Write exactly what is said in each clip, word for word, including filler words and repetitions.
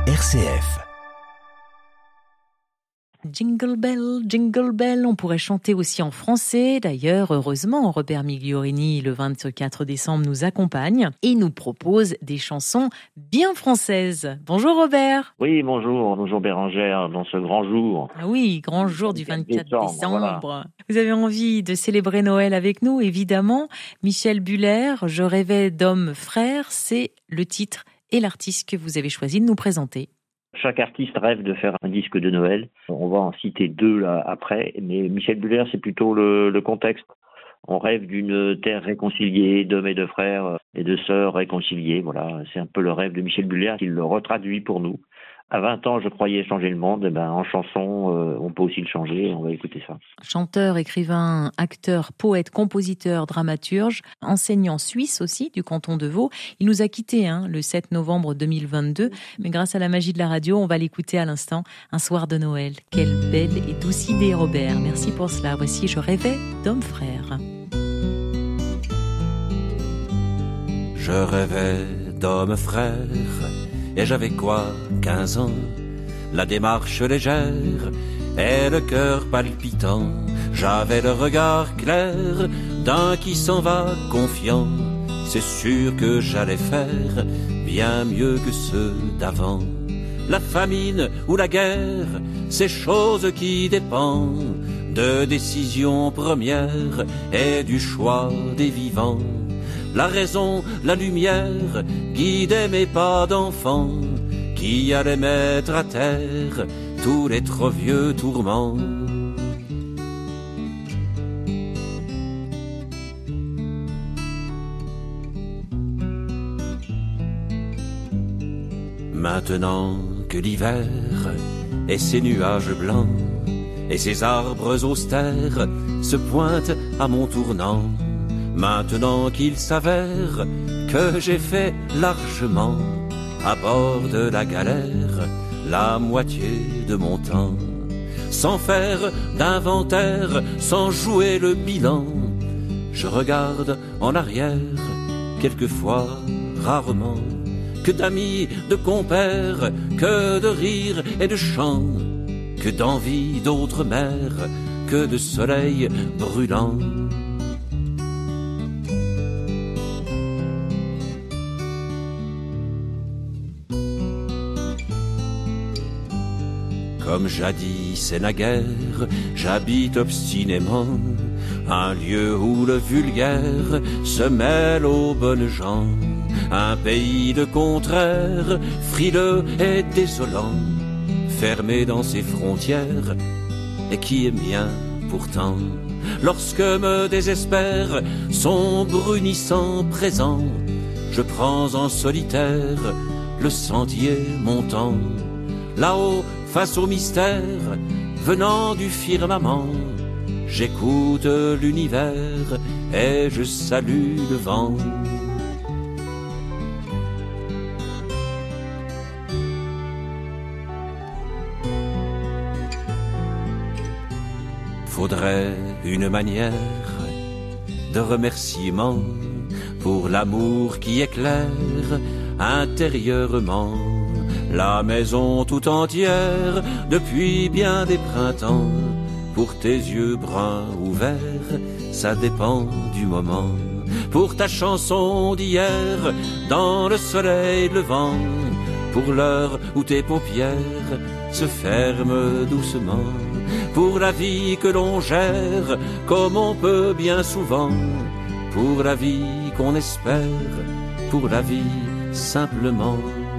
R C F. Jingle bell, jingle bell, on pourrait chanter aussi en français. D'ailleurs, heureusement, Robert Migliorini, le vingt-quatre décembre, nous accompagne et nous propose des chansons bien françaises. Bonjour Robert. Oui, bonjour, bonjour Bérangère, dans ce grand jour. Ah oui, grand jour du vingt-quatre décembre. décembre. Voilà. Vous avez envie de célébrer Noël avec nous, évidemment. Michel Buller, Je rêvais d'homme frère, c'est le titre et l'artiste que vous avez choisi de nous présenter. Chaque artiste rêve de faire un disque de Noël. On va en citer deux là après, mais Michel Buller, c'est plutôt le, le contexte. On rêve d'une terre réconciliée, d'hommes et de frères et de sœurs réconciliés. Voilà, c'est un peu le rêve de Michel Buller qu'il le retraduit pour nous. À vingt ans, je croyais changer le monde. Et ben, en chanson, euh, on peut aussi le changer. On va écouter ça. Chanteur, écrivain, acteur, poète, compositeur, dramaturge, enseignant suisse aussi du canton de Vaud. Il nous a quittés hein, le sept novembre deux mille vingt-deux. Mais grâce à la magie de la radio, on va l'écouter à l'instant. Un soir de Noël. Quelle belle et douce idée, Robert. Merci pour cela. Voici Je rêvais d'homme frère. Je rêvais d'homme frère. Et j'avais quoi, quinze ans, la démarche légère et le cœur palpitant. J'avais le regard clair d'un qui s'en va confiant. C'est sûr que j'allais faire bien mieux que ceux d'avant. La famine ou la guerre, c'est chose qui dépendent de décisions premières et du choix des vivants. La raison, la lumière, guidait mes pas d'enfant, qui allait mettre à terre tous les trop vieux tourments. Maintenant que l'hiver et ses nuages blancs et ses arbres austères se pointent à mon tournant, maintenant qu'il s'avère que j'ai fait largement à bord de la galère la moitié de mon temps, sans faire d'inventaire, sans jouer le bilan, je regarde en arrière, quelquefois, rarement, que d'amis, de compères, que de rires et de chants, que d'envie d'autres mers, que de soleil brûlant. Comme jadis et naguère, j'habite obstinément un lieu où le vulgaire se mêle aux bonnes gens, un pays de contraires, frileux et désolant, fermé dans ses frontières et qui est mien pourtant. Lorsque me désespère son brunissant présent, je prends en solitaire le sentier montant. Là-haut, face au mystère venant du firmament, j'écoute l'univers et je salue le vent. Faudrait une manière de remerciement pour l'amour qui éclaire intérieurement la maison tout entière depuis bien des printemps. Pour tes yeux bruns ou verts, ça dépend du moment. Pour ta chanson d'hier, dans le soleil levant, pour l'heure où tes paupières se ferment doucement. Pour la vie que l'on gère, comme on peut bien souvent. Pour la vie qu'on espère, pour la vie simplement.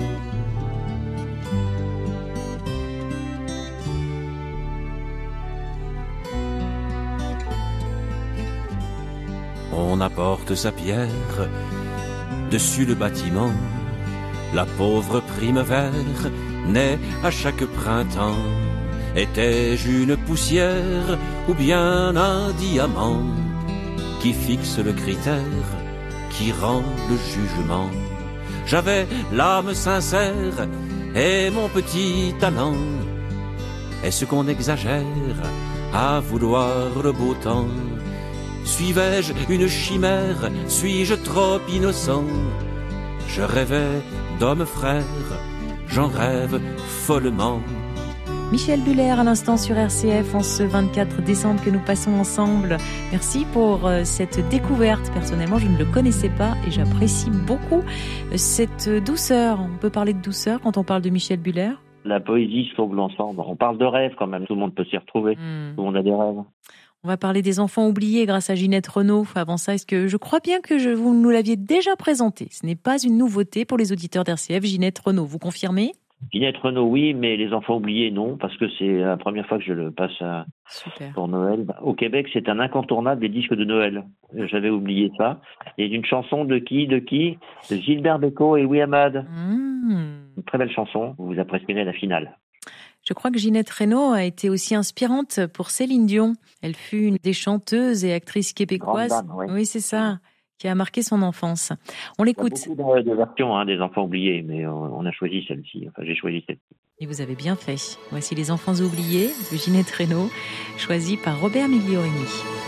On apporte sa pierre dessus le bâtiment. La pauvre primevère naît à chaque printemps. Étais-je une poussière ou bien un diamant qui fixe le critère, qui rend le jugement? J'avais l'âme sincère et mon petit talent. Est-ce qu'on exagère à vouloir le beau temps? Suivais-je une chimère? Suis-je trop innocent? Je rêvais d'homme frère, j'en rêve follement. Michel Buller à l'instant sur R C F en ce vingt-quatre décembre que nous passons ensemble. Merci pour cette découverte. Personnellement, je ne le connaissais pas et j'apprécie beaucoup cette douceur. On peut parler de douceur quand on parle de Michel Buller ? La poésie se fongle ensemble. On parle de rêves quand même. Tout le monde peut s'y retrouver. Mmh. Tout le monde a des rêves. On va parler des enfants oubliés grâce à Ginette Renaud. Avant ça, est-ce que je crois bien que je, vous nous l'aviez déjà présenté. Ce n'est pas une nouveauté pour les auditeurs d'R C F. Ginette Renaud, vous confirmez ? Ginette Renaud, oui, mais les enfants oubliés, non, parce que c'est la première fois que je le passe à, pour Noël. Au Québec, c'est un incontournable des disques de Noël. J'avais oublié ça. Et une chanson de qui, de qui De Gilbert Bécaud et Louis Amade. Mmh. Une très belle chanson. Vous apprécierez la finale. Je crois que Ginette Renaud a été aussi inspirante pour Céline Dion. Elle fut une des chanteuses et actrices québécoises. Grande dame, oui. Oui, c'est ça, qui a marqué son enfance. On l'écoute. Il y a beaucoup de, de versions hein, des enfants oubliés, mais on a choisi celle-ci. Enfin, j'ai choisi celle-ci. Et vous avez bien fait. Voici Les enfants oubliés de Ginette Renaud, choisi par Robert Migliorini.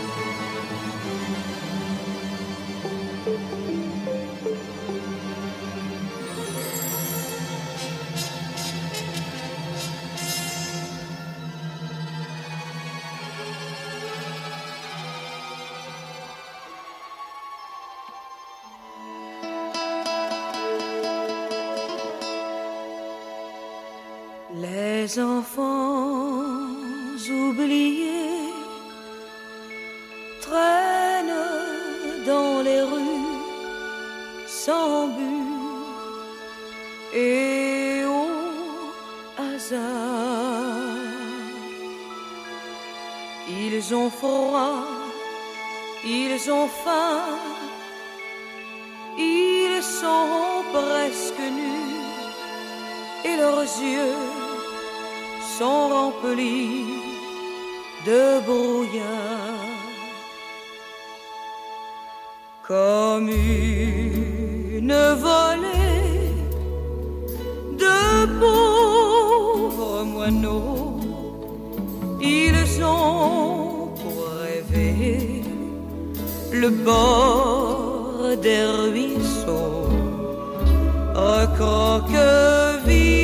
Les enfants oubliés traînent dans les rues sans but et au hasard. Ils ont froid, ils ont faim, ils sont presque nus et leurs yeux sont remplis de brouillard. Comme une volée de pauvres moineaux, ils ont pour rêver le bord des ruisseaux, recroquevillés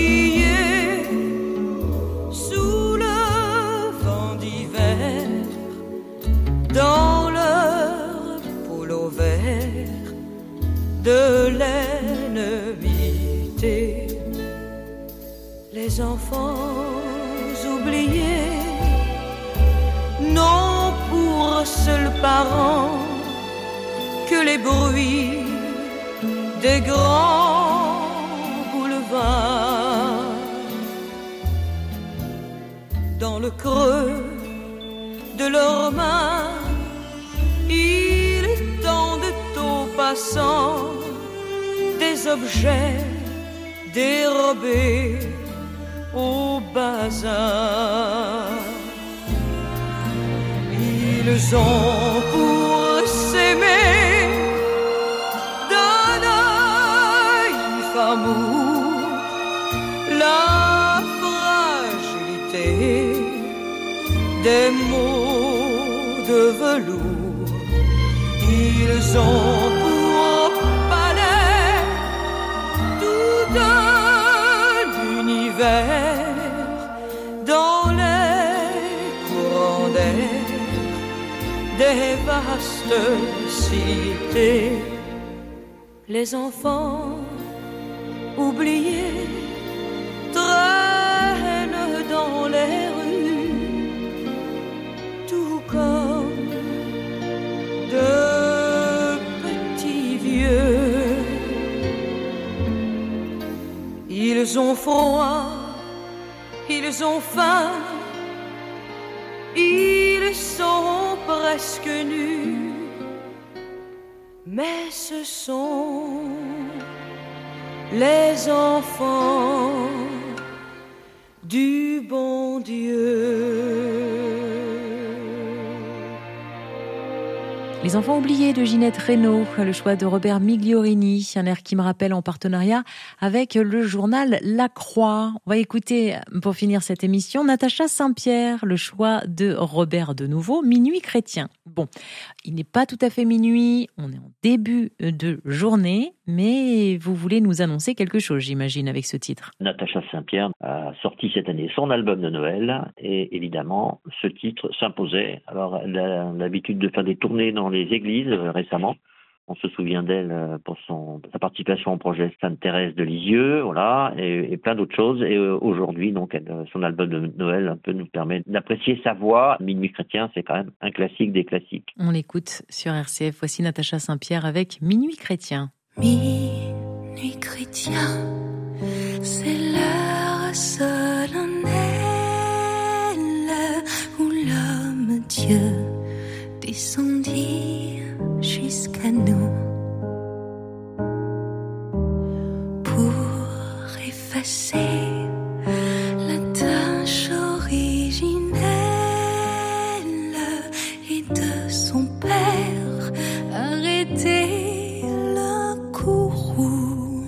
dans leur polo vert de l'ennemi. Les enfants oubliés n'ont pour seul parent que les bruits des grands boulevards. Dans le creux de leurs mains, ils tendent aux passants des objets dérobés au bazar. Ils ont pour s'aimer d'un naïf amour la fragilité des mots de velours. Ils ont pour palais tout un univers dans les courants d'air des vastes cités. Les enfants oubliés traînent dans les rues comme de petits vieux. Ils ont froid, ils ont faim, ils sont presque nus, mais ce sont les enfants du bon Dieu. Les enfants oubliés de Ginette Renaud, le choix de Robert Migliorini, un air qui me rappelle en partenariat avec le journal La Croix. On va écouter, pour finir cette émission, Natacha Saint-Pierre, le choix de Robert de nouveau, Minuit chrétien. Bon, il n'est pas tout à fait minuit, on est en début de journée, mais vous voulez nous annoncer quelque chose, j'imagine, avec ce titre. Natacha Saint-Pierre a sorti cette année son album de Noël et évidemment, ce titre s'imposait. Alors, elle a l'habitude de faire des tournées dans les églises euh, récemment. On se souvient d'elle pour son, sa participation au projet Sainte-Thérèse de Lisieux, voilà, et, et plein d'autres choses. Et euh, aujourd'hui, donc, elle, son album de Noël un peu nous permet d'apprécier sa voix. Minuit chrétien, c'est quand même un classique des classiques. On l'écoute sur R C F. Voici Natacha Saint-Pierre avec Minuit chrétien. Minuit chrétien, c'est l'heure solennelle où l'homme Dieu descendit jusqu'à nous pour effacer la tâche originelle et de son Père arrêter le courroux.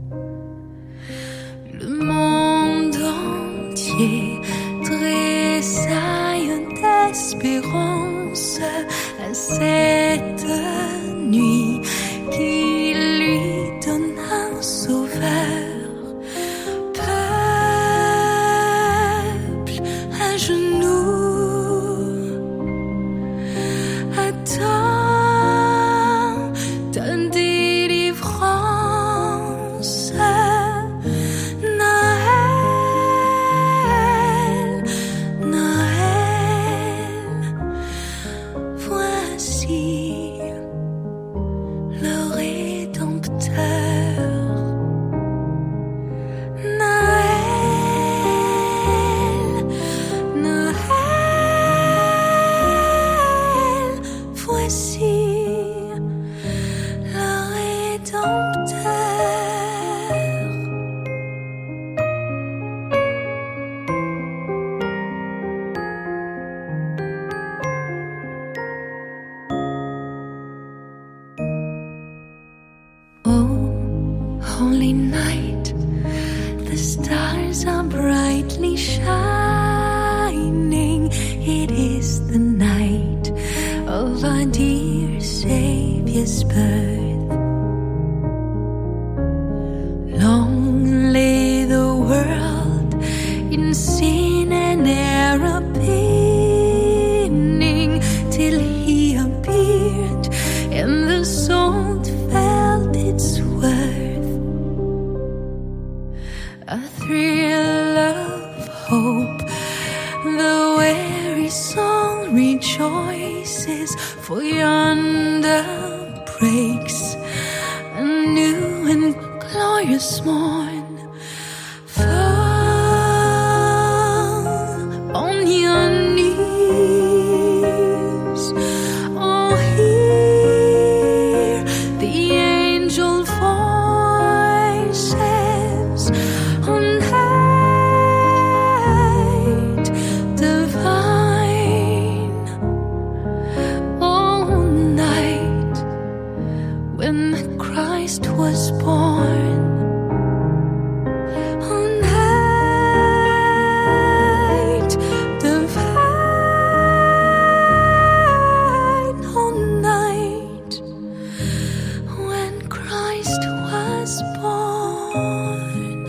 Le monde entier tressaille d'espérance à cette nuit qui lui donne un sauveur. Peuple à genoux, attends ta délivrance. Noël, Noël, voici le Rédempteur. Noël, Noël, voici le Rédempteur. Oh, holy night, the stars are brightly shining. It is the night of our dear Savior's birth. Long lay the world in sin and error pinning till he appeared and the soul felt its worth. A thrill of hope, the weary soul rejoices, for yonder breaks a new and glorious morn. Fall on your knees, oh hear the angel voices on night divine, oh night when Christ was born. Oh night divine, oh night when Christ was born.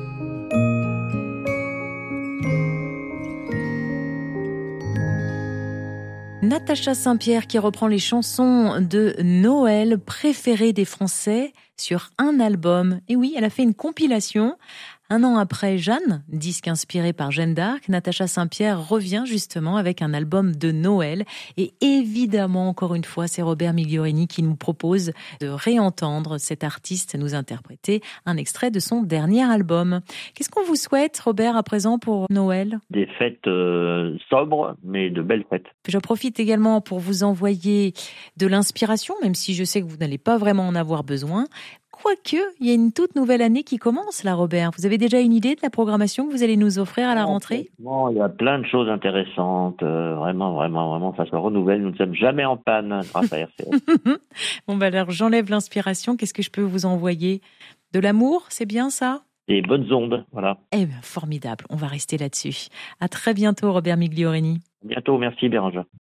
Natacha Saint-Pierre qui reprend les chansons de Noël préférées des Français sur un album. Et oui, elle a fait une compilation. Un an après Jeanne, disque inspiré par Jeanne d'Arc, Natacha Saint-Pierre revient justement avec un album de Noël. Et évidemment, encore une fois, c'est Robert Migliorini qui nous propose de réentendre cet artiste nous interpréter un extrait de son dernier album. Qu'est-ce qu'on vous souhaite, Robert, à présent pour Noël ? Des fêtes euh, sobres, mais de belles fêtes. Je profite également pour vous envoyer de l'inspiration, même si je sais que vous n'allez pas vraiment en avoir besoin. Quoique, il y a une toute nouvelle année qui commence là, Robert. Vous avez déjà une idée de la programmation que vous allez nous offrir à la rentrée ? Bon, il y a plein de choses intéressantes. Euh, vraiment, vraiment, vraiment, ça se renouvelle. Nous ne sommes jamais en panne grâce à R C F. Bon, bah alors j'enlève l'inspiration. Qu'est-ce que je peux vous envoyer ? De l'amour, c'est bien ça ? Des bonnes ondes, voilà. Eh bien, formidable. On va rester là-dessus. À très bientôt, Robert Migliorini. À bientôt, merci Bérangère.